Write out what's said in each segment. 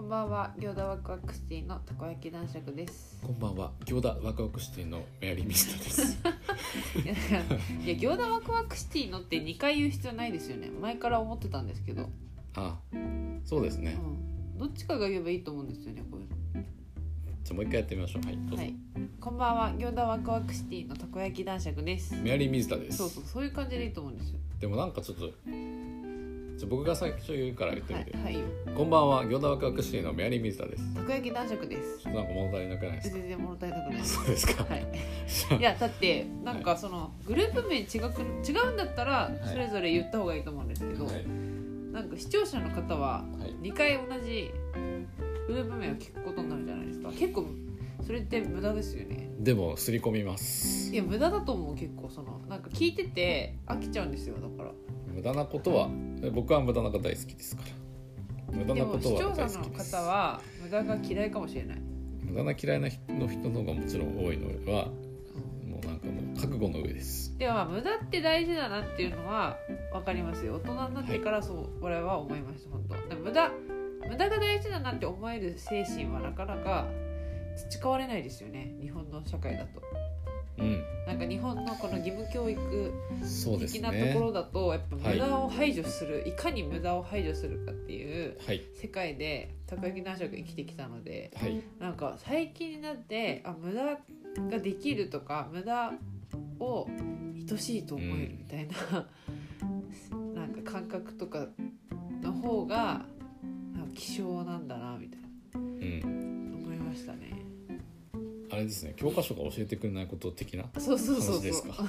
んばんは、餃子ワクワクシティのたこ焼き男爵です。 こんばんは、餃子ワクワクシティのメアリーミスターですいや餃子ワクワクシティのって2回言う必要ないですよね。前から思ってたんですけど。 あ、そうですね、 どっちかが言えばいいと思うんですよね、こういうの。 じゃあもう一回やってみましょう。はい、どうぞ。 はい、こんばんは、餃子ワクワクシティのたこ焼き男爵です。 メアリーミスターです。 そういう感じでいいと思うんですよ。 でもなんかちょっと僕が最初言うから言ってみて、 はい、 こんばんは、餃子ワクワクシティのメアリーミスターです。 たこ焼き男爵です。 ちょっとなんか物足りなくないですか？ 全然物足りなくないです。 そうですか。 はいいやだってなんかそのグループ名違うんだったらそれぞれ言った方がいいと思うんですけど、なんか視聴者の方は2回同じグループ名を聞くことになるじゃないですか。結構それって無駄ですよね。 でも刷り込みます。 いや無駄だと思う。結構そのなんか聞いてて飽きちゃうんですよ。だから無駄なことは僕は無駄なこと大好きですから。無駄なことは大好きです。 でも視聴者の方は無駄が嫌いかもしれない。 無駄な嫌いな人の方がもちろん多いのは、もうなんかもう覚悟の上です。 でも無駄って大事だなっていうのは分かりますよ。大人になってからそう、俺は思いました。本当でも無駄が大事だなって思える精神はなかなか培われないですよね、日本の社会だと。なんか日本のこの義務教育的なところだと、やっぱ無駄を排除する、いかに無駄を排除するかっていう世界でたこ焼き男爵が生きてきたので、なんか最近になって無駄ができるとか無駄を愛しいと思えるみたいな、なんか感覚とかの方がなんか希少なんだなみたいな、思いましたね。 あれですね、教科書が教えてくれないこと的な話ですか？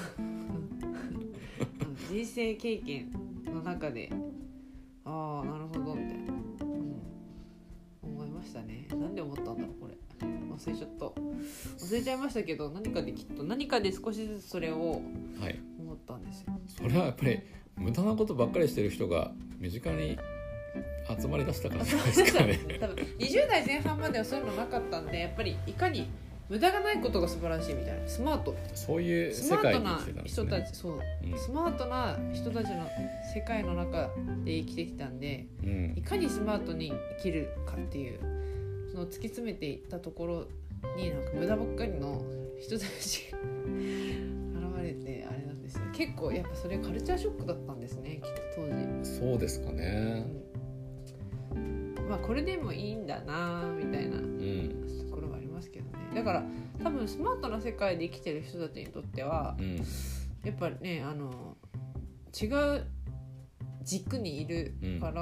人生経験の中でなるほどみたいな、思いましたね。なんで思ったんだろうこれ。忘れちゃいましたけど、何かで少しずつそれを思ったんですよ。 それはやっぱり無駄なことばっかりしてる人が身近に集まりだしたからじゃないですかね。 多分20代前半まではそういうのなかったんで、やっぱりいかに無駄がないことが素晴らしいみたいな、スマート、 そういう世界に生きてたんですね。 スマートな人たちの世界の中で生きてきたんで、いかにスマートに生きるかっていうその突き詰めていったところに、なんか無駄ばっかりの人たちが現れてあれなんですよ。結構やっぱそれカルチャーショックだったんですね、きっと当時。 そうですかね。 まあこれでもいいんだなみたいなところはありますけどね。だから多分スマートな世界で生きてる人たちにとっては、やっぱね違う軸にいるから、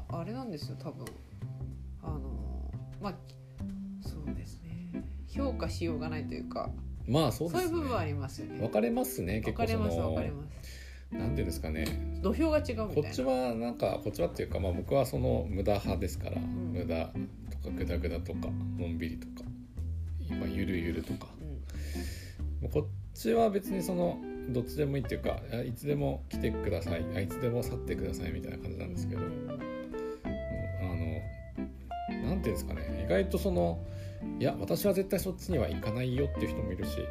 あれなんですよ多分。まあそうですね、評価しようがないというか、 まあそうですね、 そういう部分はありますよね。 分かれますね。結構その分かれます。 なんていうんですかね、 土俵が違うみたいな。こっちはっていうか、僕はその無駄派ですから、無駄とかグダグダとかのんびりとかゆるゆるとか、こっちは別にそのどっちでもいいっていうか、いつでも来てください、いつでも去ってくださいみたいな感じなんですけど、なんていうんですかね、意外とその私は絶対そっちには行かないよっていう人もいるし、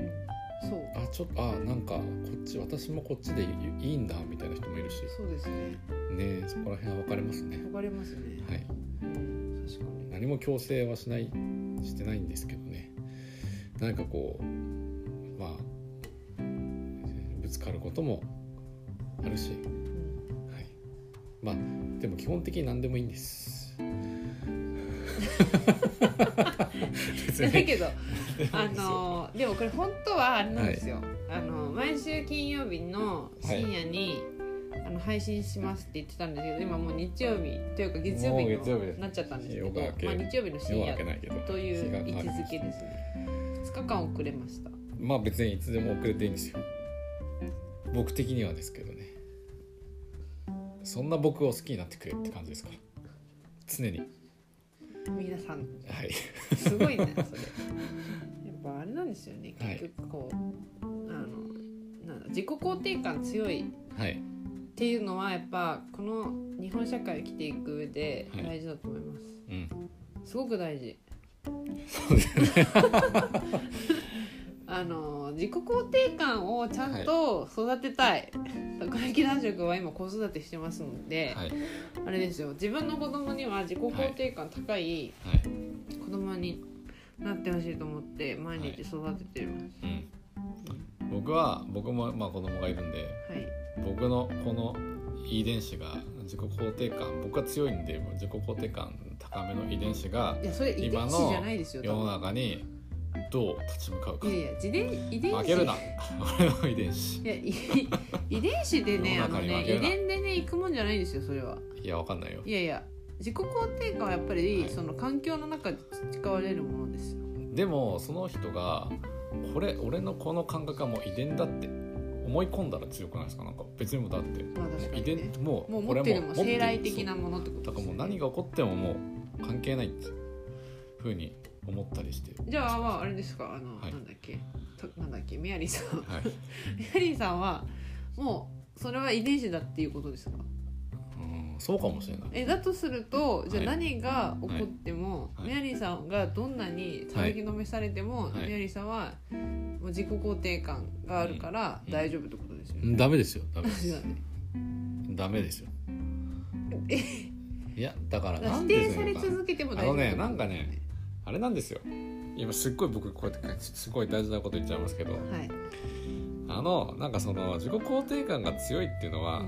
なんか私もこっちでいいんだみたいな人もいるし、 そうですね。 そこら辺は分かれますね。 分かれますね。 はい。 確かに。 何も強制はしてないんですけどね。何かこうぶつかることもあるし、はい。でも基本的に何でもいいんです。 だけどでもこれ本当はあれなんですよ、毎週金曜日の深夜に、配信しますって言ってたんですけど、今もう日曜日というか月曜日になっちゃったんですけど、日曜日の深夜という位置づけですね。2日間遅れました。 別にいつでも遅れていいんですよ、僕的にはですけどね。そんな僕を好きになってくれって感じですから、常に皆さん、すごいねそれ。やっぱあれなんですよね、結局こう、自己肯定感強いっていうのはやっぱこの日本社会を生きていく上で大事だと思います、すごく大事。 そうですね自己肯定感をちゃんと育てたい、たこ焼き男爵は今子育てしてますので、 はい、 あれですよ、自分の子供には自己肯定感高い子供になってほしいと思って毎日育ててます、 僕もまあ子供がいるんで、 はい、 僕のこの遺伝子が自己肯定感、僕は強いんで自己肯定感高めの遺伝子が今の世の中にどう立ち向かうか。 いやいや遺伝子負けるな俺の遺伝子。 いや遺伝子でね、遺伝でね行くもんじゃないですよそれは。 いやわかんないよ。 いや自己肯定感はやっぱり、その環境の中で培われるものですよ。 でもその人が俺のこの感覚はもう遺伝だって思い込んだら強くないですか。なんか別にもだって、 まあ確かにね、 遺伝もう持ってるも生来的なものってことですよね。 だからもう何が起こってももう関係ないっていう風に思ったりして。 じゃあまああれですか、なんだっけメアリーさん、メアリーさんはもうそれは遺伝子だっていうことですか。 そうかもしれない。 だとするとじゃあ何が起こっても、メアリーさんがどんなに叩きのめされても、メアリーさんはもう自己肯定感があるから大丈夫ってことですよね。 ダメですよ。ダメですよ。いやだから否定され続けても大丈夫。 なんかねあれなんですよ。今すっごい僕こうやってすごい大事なこと言っちゃいますけど、なんかその自己肯定感が強いっていうのは、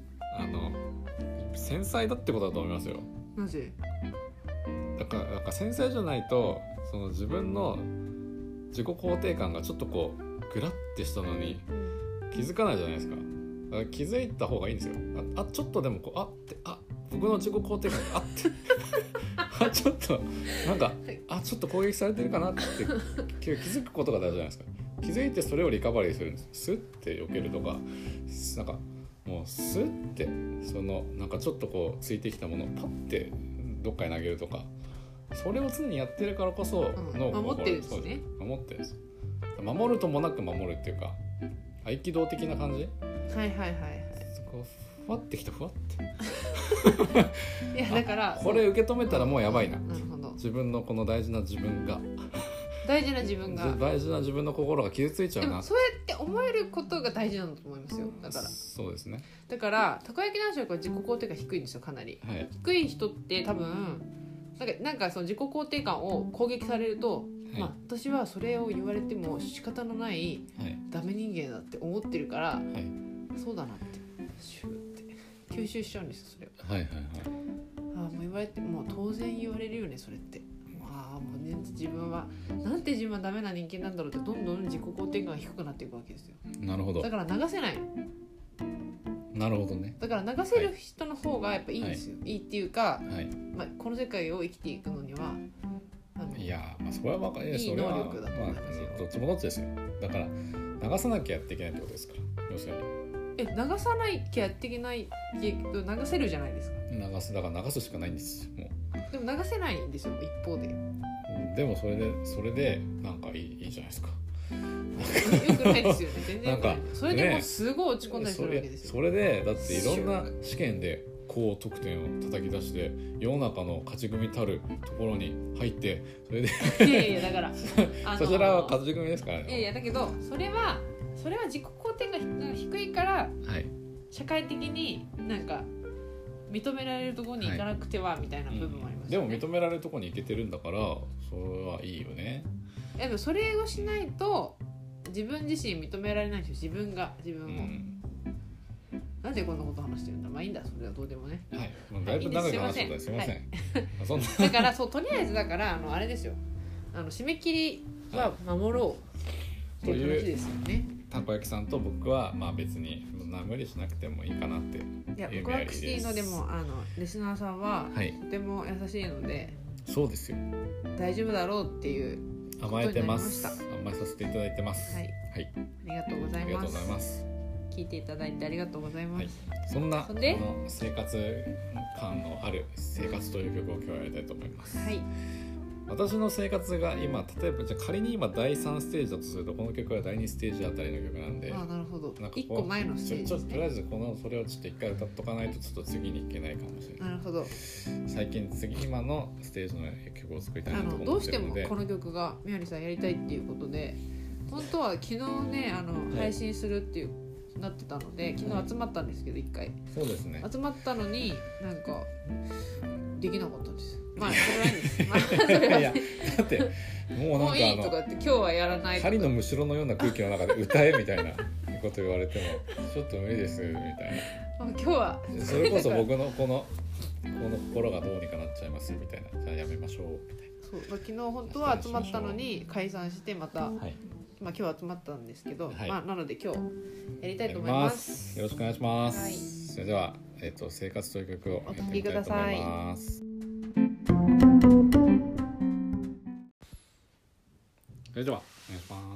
繊細だってことだと思いますよ。 なぜ？ だから繊細じゃないとその自分の自己肯定感がちょっとこうグラッてしたのに気づかないじゃないですか。だから気づいた方がいいんですよ。ちょっとでもこう僕の自己肯定感がってちょっとなんかちょっと攻撃されてるかなって気づくことが大事じゃないですか。気づいてそれをリカバリーするんです。スッて避けるとか、なんかもうスッてそのなんかちょっとこうついてきたものをパッてどっかに投げるとか、それを常にやってるからこその、 守ってるんですね。 守ってるんです。守るともなく守るっていうか合気道的な感じ。こうふわってきたふわっていやだからこれ受け止めたらもうやばいな。 なるほど。 自分のこの大事な自分が大事な自分の心が傷ついちゃうな。 でもそうやって思えることが大事なんだと思いますよ。だからそうですね。だからたこ焼き男爵は自己肯定感低いんですよ、かなり、低い人って多分なんかその自己肯定感を攻撃されると、私はそれを言われても仕方のないダメ人間だって思ってるから、そうだなってシューって吸収しちゃうんですよそれを。もう言われてもう当然言われるよねそれって。もうね、自分はなんて自分はダメな人間なんだろうってどんどん自己肯定感が低くなっていくわけですよ。 なるほど。 だから流せない。 なるほどね。 だから流せる人の方がやっぱいいんですよ、いいっていうか、この世界を生きていくのにはいやそれは分かる。いい能力だと思いますよ。どっちもどっちですよ。だから流さなきゃやっていけないってことですから。要するに流さなきゃやっていけないけど流せるじゃないですか。 だから流すしかないんですもう。 でも流せないんですよ一方で。 でもそれでなんかいいじゃないですか。 よくないですよね全然。なんかそれでもすごい落ち込んだりするわけですよ。 それでだっていろんな試験で高得点を叩き出して世の中の勝ち組たるところに入ってそれでいやだからそちらは勝ち組ですからね。 いやだけどそれは自己肯定感が低いから、社会的になんか認められるところに行かなくてはみたいな部分もあります、ね。 でも認められるところに行けてるんだからそれはいいよね。 でもそれをしないと自分自身認められないんですよ。自分も、なんでこんなこと話してるんだ。まあいいんだそれはどうでもね。 もうだいぶ長く話してた。すいません。 だからとりあえずだからあれですよ。締め切りは守ろうという話ですよね。 たこ焼きさんと僕はまあ別に無理しなくてもいいかなっていういや僕はクシーのでもリスナーさんはとても優しいので、 そうですよ。 大丈夫だろうっていう甘えてます。甘えさせていただいてます。 ありがとうございます。聞いていただいてありがとうございます。 そんな生活感のある生活という曲を今日はやりたいと思います。私の生活が今例えばじゃ仮に今第3ステージだとするとこの曲は第2ステージあたりの曲なんで。 なるほど。1個前のステージですね。 とりあえずそれをちょっと一回歌っとかないとちょっと次に行けないかもしれない。 なるほど。 最近今のステージの曲を作りたいなと思ってるので。 どうしてもこの曲がメアリさんやりたいっていうことで本当は昨日ねい配信するっていうなってたので、昨日集まったんですけど1回そうですね。 集まったのになんかできなかったんです。まあそれはいいんです。まあそれは、 いやだってもうなんもういいとかかって今日はやらないとか針のむしろのような空気の中で歌えみたいなこと言われてもちょっと無理ですみたいまあ今日はな。それこそ僕のこの心がどうにかなっちゃいますみたいな。じゃあやめましょうみたいそう昨日本当は集まったのに解散してまた、 な。はい。 まあ、今日集まったんですけど、 はいまあ、なので今日やりたいと思いやりま。 ますよろしくお願いします。 はいそれでは生活という曲をやってみたいと思います。それではお願いします。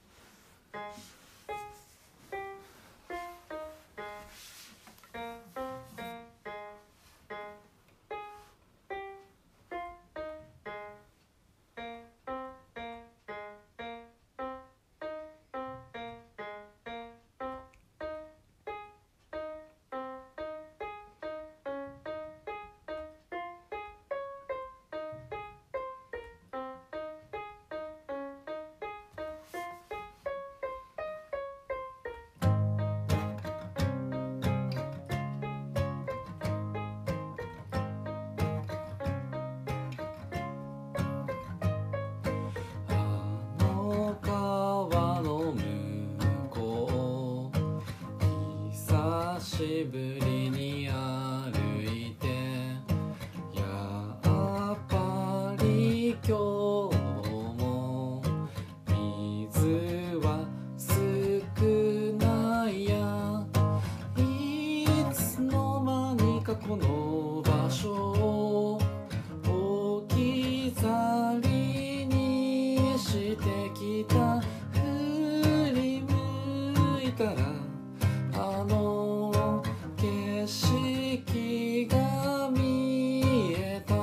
川の向こう久しぶりに歩いてやっぱり今日も水は少ないやいつの間にかこの場所を置き去りにしてきた振り向いたらあの景色が見えた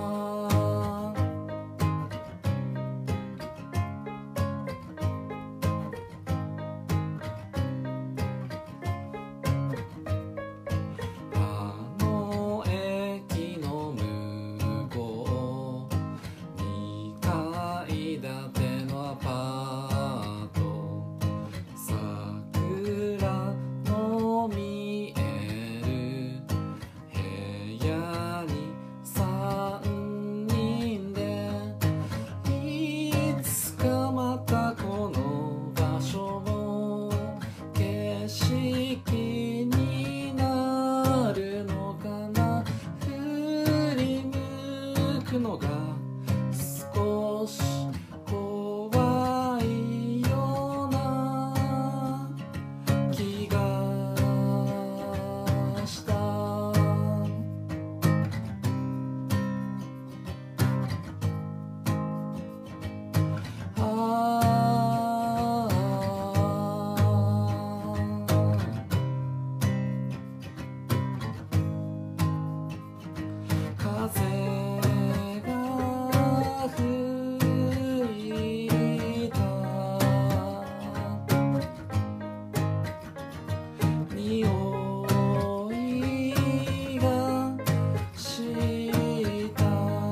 あの駅の向こう2階建てのアパート桜の見える部屋に3人でいつかまたこの場所も景色になるのかな振り向くのが少し怖いような気がした風が吹いた匂いがした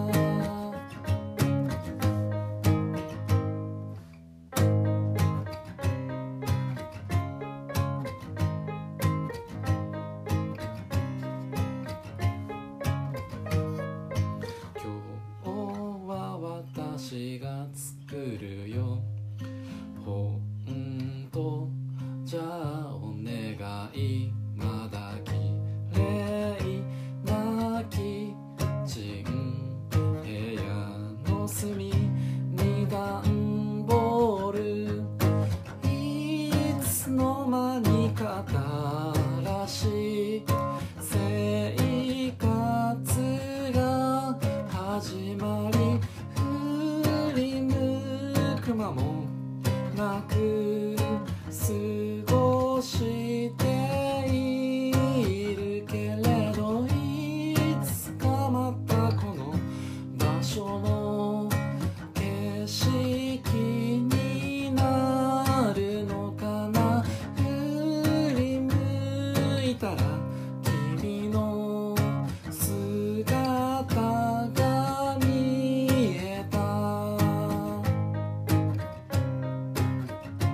今日は私が作るよほんとじゃあお願いまだ綺麗なキッチン部屋の隅に段ボールいつの間にか新しい生活が始まり振り向く間もなく過ごしているけれどいつかまたこの場所も景色になるのかな振り向いたら君の姿が見えた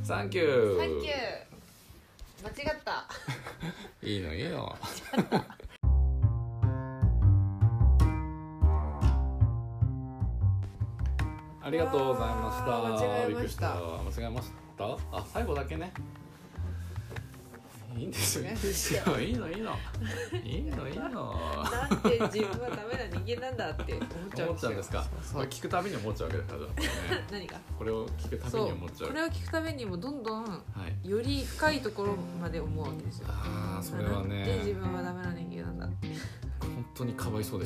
サンキュー。 サンキュー。間違った。 いいのいいの。ありがとうございました。 間違えました。 間違えました。あ、最後だけね。いいんですよ。いいですよ。いいのいいの。いいのいいの。 なんて自分はダメな人間なんだって思っちゃうんですよ。 思っちゃうんですか。 そう聞くたびに思っちゃうわけですからね。 何が？ これを聞くたびに思っちゃう。 これを聞くたびにもどんどんはい、 より深いところまで思うわけですよ。 ああ、それはね。 なんで自分はダメな人間なんだって。 本当にかわいそうです。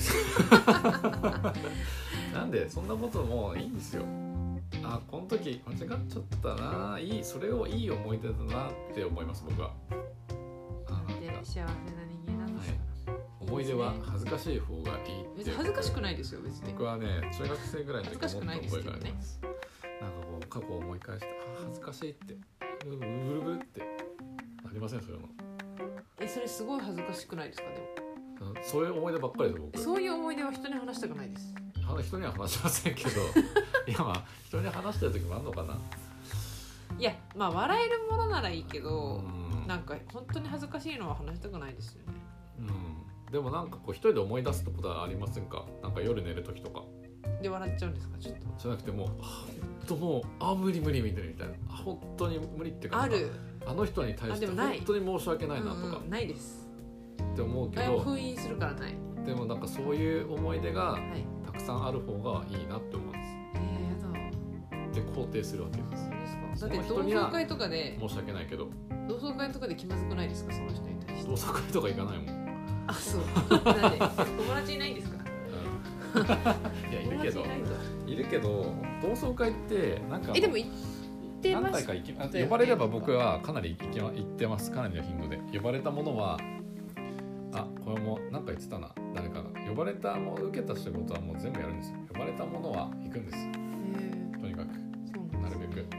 なんでそんなこともいいんですよ。あ、この時間違っちゃったな。いい、それをいい思い出だなって思います僕は。 で幸せな人間なんですよ。 はい、思い出は恥ずかしい方がいいって。 別に恥ずかしくないですよ別に。 僕はね、中学生ぐらいの時もっと覚えがあります。 なんかこう過去を思い返して、恥ずかしいってうるぶってありません？そういうの。 それすごい恥ずかしくないですか？でもそういう思い出ばっかりです僕。 そういう思い出は人に話したくないです。 人には話しませんけどいや、まあ人に話してる時もあるのかな。 いや、まあ笑えるものならいいけど、なんか本当に恥ずかしいのは話したくないですよね。 でもなんかこう一人で思い出すことはありませんか？なんか夜寝る時とかで笑っちゃうんですか？ちょっとじゃなくてもう本当もう無理みたいな、本当に無理ってか、 ある、 あの人に対して本当に申し訳ないなとか、 ないですって思うけど、 封印するからない。 でもなんかそういう思い出がたくさんある方がいいなって思うんです。 やだ。 で肯定するわけです。 そうですか。だって同窓会とかで申し訳ないけど、 同窓会とかで気まずくないですか？その人に対して。 同窓会とか行かないもん。 あ、そう。なんで友達いないんですか？ いや、いるけど同窓会ってなんかでも行ってます。 何回か呼ばれれば僕はかなり行ってます。かなりの頻度で呼ばれたものは、これもなんか言ってたな、誰かが呼ばれたもの受けた仕事はもう全部やるんですよ。呼ばれたものは行くんです。とにかくなるべく、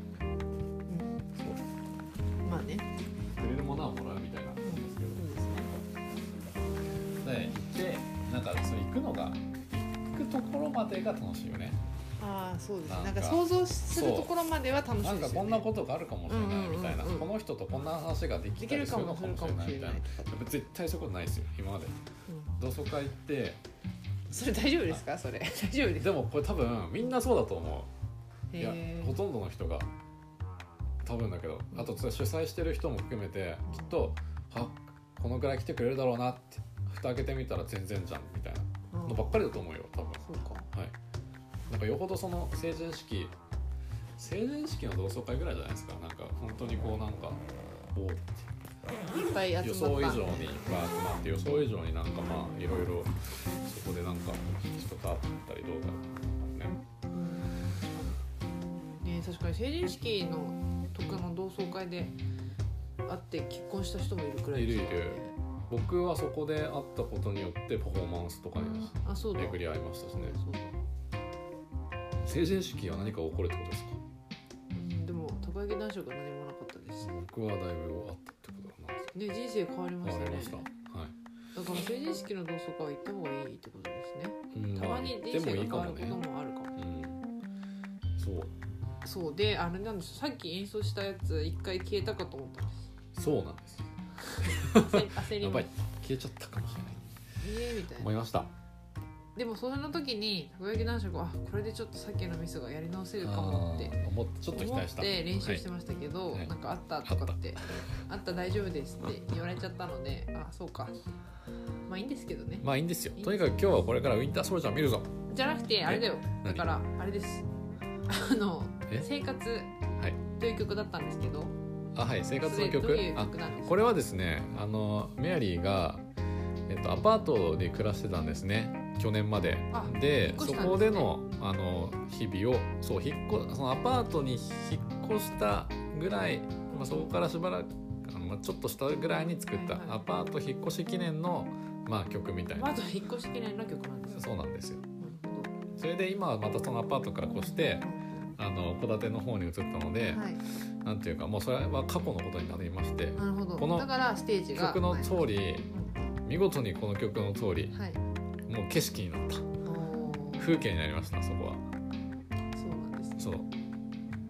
そうまあね、くれるものはもらうみたいなもんですけど、で行ってなんかそう行くのが行くところまでが楽しいよね。 そうですね。なんか想像するところまでは楽しいですよね。 なんかこんなことがあるかもしれないみたいな、この人とこんな話ができたりするのかもしれないみたいな。やっぱ絶対そういうことないですよ今まで。同窓会ってそれ大丈夫ですか？それ大丈夫です。 でもこれ多分みんなそうだと思う。いや、ほとんどの人が多分だけど、あと主催してる人も含めてきっとこのくらい来てくれるだろうなって蓋開けてみたら全然じゃんみたいなのばっかりだと思うよ多分。 そうか。 はい。なんかよほどその成人式の同窓会ぐらいじゃないですか。なんか本当にこうなんかいっぱい集まった、 予想以上にいっぱい集まって予想以上になんかまあいろいろそこでなんか人と会ったりどうだろうね。 確かに成人式のとかの同窓会で会って結婚した人もいるくらいですよね。 いる。僕はそこで会ったことによってパフォーマンスとかに巡り合いましたしね。成人式は何か起こるってことですか？ でもたこ焼き男子が何もなかったです。 僕はだいぶあったってことなんですね。人生変わりましたね。 変わりました。はい。 だから成人式の同窓会は行った方がいいってことですね。たまに人生が変わることもあるかも。そうで、あれなんです。さっき演奏したやつ一回消えたかと思ったんです。 そうなんです。 焦りやばい、消えちゃったかもしれない。 みたいな思いました。 でもその時にたこ焼き男子がこれでちょっとさっきのミスがやり直せるかもってちょっと期待した練習してましたけど、なんかあったとかってあった大丈夫ですって言われちゃったので、そうか、まあいいんですけどね。 まあいいんですよ。とにかく今日はこれからウィンターソルジャー見るぞじゃなくてあれだよ。だからあれです。生活という曲だったんですけど、 はい、生活の曲。 どういう曲なんですか？ これはですね、メアリーがアパートで暮らしてたんですね、去年まで。で、そこでの日々をそのアパートに引っ越したぐらい、そこからしばらくちょっとしたぐらいに作ったアパート引っ越し記念の曲みたいな。 アパート引っ越し記念の曲なんですか？ そうなんですよ。それで今はまたそのアパートから越して戸建ての方に移ったので、なんていうかもうそれは過去のことになりまして、 なるほど。 このだからステージが曲の通り、見事にこの曲の通り、もう景色になった、風景になりました。そこはそうなんですね。 そう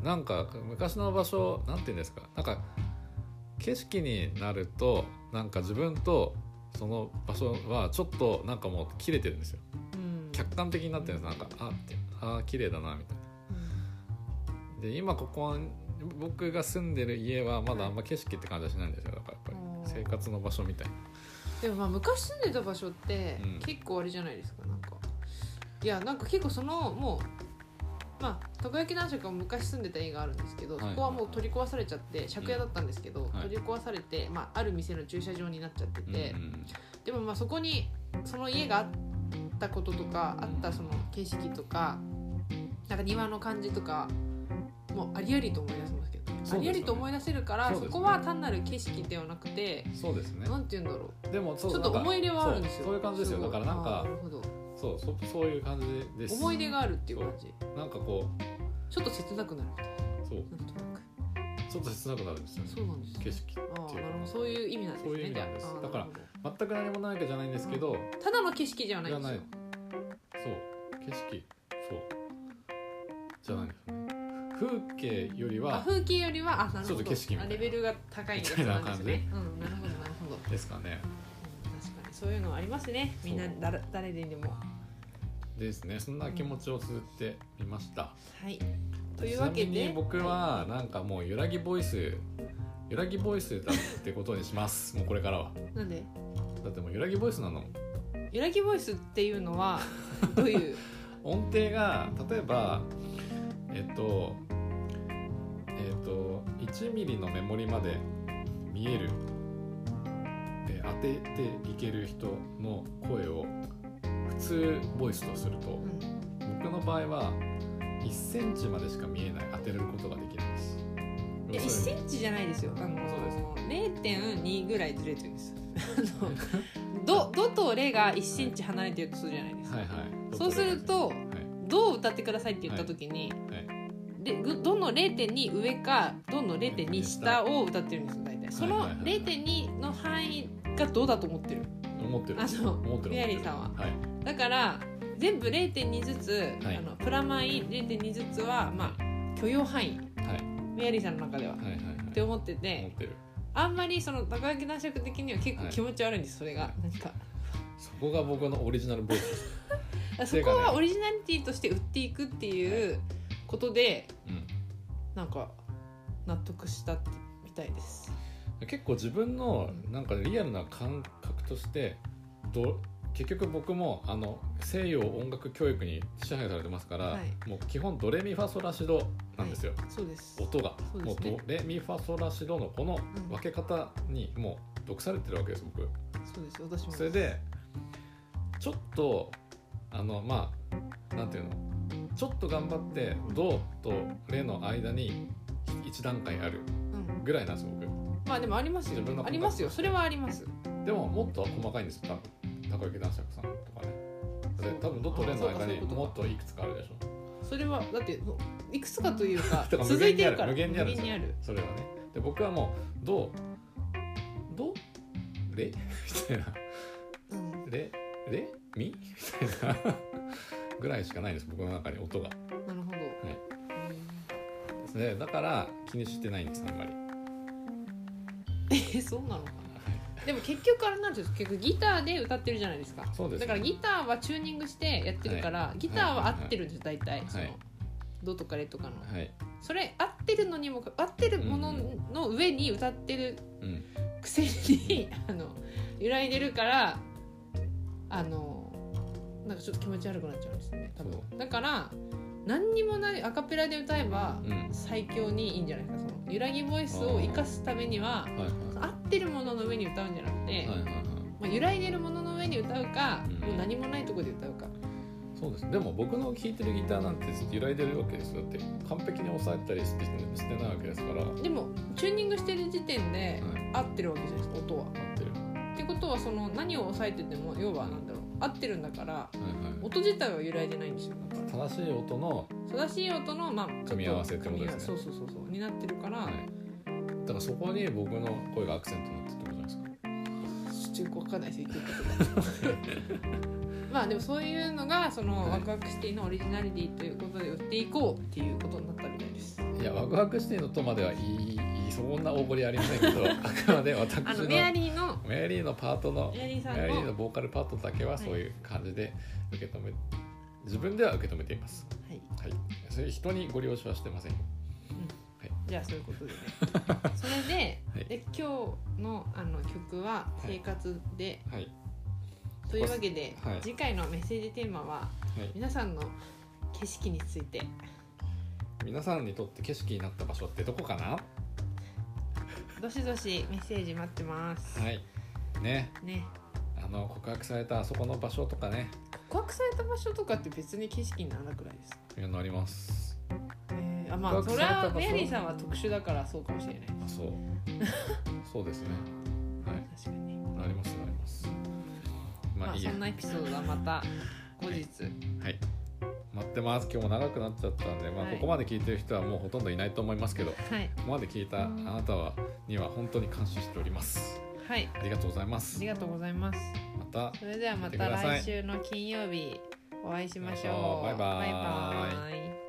なんか昔の場所なんていうんですか、なんか景色になるとなんか自分とその場所はちょっとなんかもう切れてるんですよ、 うん、 客観的になってるんです。なんか綺麗だなみたいな。で今ここは僕が住んでる家はまだあんま景色って感じはしないんですよ。だからやっぱり生活の場所みたいな。 でもまあ昔住んでた場所って結構あれじゃないですか、なんかいやなんか結構そのもうまあたこ焼き男爵は昔住んでた家があるんですけど、そこはもう取り壊されちゃって借家だったんですけど、取り壊されて、まあ、ある店の駐車場になっちゃってて、でもまあそこにその家があったこととかあったその景色とかなんか庭の感じとかもうありありと思い出せますけど、ありありと思い出せるから そこは単なる景色ではなくて、 そうですね、 なんて言うんだろう、 でもちょっと思い入れはあるんですよ。 そういう感じですよ。だからなんかなるほど、 そういう感じです。 思い出があるっていう感じ。 なんかこうちょっと切なくなるみたいな。 そうなんとなくちょっと切なくなるんですよね。 そうなんです。 景色っていうか。 なるほど、そういう意味なんですね。 そういう意味なんです。だから全全く何もないわけじゃないんですけど、 ただの景色じゃないんですよ。 そう景色そうじゃないんですね。風景よりは風景よりはなるほど、 ちょっと景色みたいなレベルが高いんですね。 みたいな感じ。 なるほどなるほどですかね。 確かにそういうのありますね。みんな誰でもですね。そんな気持ちを綴ってみました。 はい。というわけで、 ちなみに僕はなんかもう揺らぎボイスだってことにします。もうこれからは。 なんで？ だってもう揺らぎボイスなの。 揺らぎボイスっていうのはどういう音程が例えば1ミリのメモリまで見える、当てていける人の声を普通ボイスとすると、僕の場合は1センチまでしか見えない、当てることができないです。 1センチじゃないですよ。そうです。0.2 ぐらいずれてるんですドとレが1センチ離れてるとするじゃないですか、はいはい、そうすると、ドを歌ってくださいって言った時に、ドの 0.2 上かドの 0.2 下を歌ってるんですよ大体。その 0.2 の範囲がドだと思ってるミヤリーさんは、だから全部 0.2 ずつ、プラマイ 0.2 ずつは、まあ、許容範囲、ミヤリーさんの中では、って思ってて、あんまりそのたこ焼き男爵的には結構気持ち悪いんです、それがなんかそこが僕のオリジナルボイスですそこはオリジナリティとして売っていくっていうことで、なんか納得したみたいです。 結構自分のなんかリアルな感覚として結局僕も西洋音楽教育に支配されてますから、もう基本ドレミファソラシドなんですよ、 そうです。 音がもうドレミファソラシドのこの分け方にもう毒されてるわけです僕。 そうです、私も。 それでちょっとまあなんていうの、ちょっと頑張ってドとレの間に1段階あるぐらいなんです僕。 まあでもありますよ、ありますよ、それはあります。 でももっと細かいんですよ多分たこ焼き男爵さんとかね。多分ドとレの間にもっといくつかあるでしょ。それはだっていくつかというか続いてるから無限にあるそれはね。で僕はもうドレみたいな、レミみたいなぐらいしかないんです僕の中に音が。 なるほど、 ですね。だから気にしてないんですあんまり。 そうなのかな。でも結局あれなんですよ、結局ギターで歌ってるじゃないですか。 そうです、ね、 だからギターはチューニングしてやってるから、ギターは合ってるんですよ大体、そのドとかレとかの、それ合ってるのにも合ってるものの上に歌ってるくせに、揺らいでるからなんかちょっと気持ち悪くなっちゃうんですよね多分。だから何にもないアカペラで歌えば最強にいいんじゃないですか。その揺らぎボイスを生かすためには、合ってるものの上に歌うんじゃなくて、揺らいでるものの上に歌うか、もう何もないところで歌うか。 そうです。でも僕の弾いてるギターなんて揺らいでるわけですよ。だって完璧に押さえたりしてないわけですから。でもチューニングしてる時点で合ってるわけじゃないですか、音は。 合ってるってことはその何を押さえてても要はなんだろう、合ってるんだから、音自体は揺らいでないんですよ。だから正しい音のまあ組み合わせってことですね。 そうになってるから、 だからそこに僕の声がアクセントになってるってことじゃないですか。 ちょっと分かんないですよ言ってることまあでもそういうのがそのワクワクシティのオリジナリティということで売っていこうっていうことになったみたいです。 いやワクワクシティのとまではいいそんな大盛りありませんけどあくまで私のメアリーのパートのメアリメアリーのボーカルパートだけはそういう感じで受け止め、自分では受け止めています。 はい、 はい、それ人にご了承はしてませんよ。 はい、じゃあそういうことでねそれで、はい、今日の曲は生活で、はいはい、というわけで、はい、次回のメッセージテーマは、はい、皆さんの景色について。 皆さんにとって景色になった場所ってどこかな。 どしどしメッセージ待ってます。 はいね告白されたあそこの場所とかね。 告白された場所とかって別に景色にならなくないですか。 いやなります。 まあそれはメアリーさんは特殊だからそうかもしれない。 あそうそうですね。はい。 確かになりますなります。 まあいいや。そんなエピソードはまた後日。 はい。待ってます。今日も長くなっちゃったんで、まあ、ここまで聞いてる人はもうほとんどいないと思いますけど、はい、ここまで聞いたあなたには本当に感謝しております。はい。ありがとうございます。 ありがとうございます。 またそれではまた来週の金曜日お会いしましょう。 バイバイ。 バイバイ。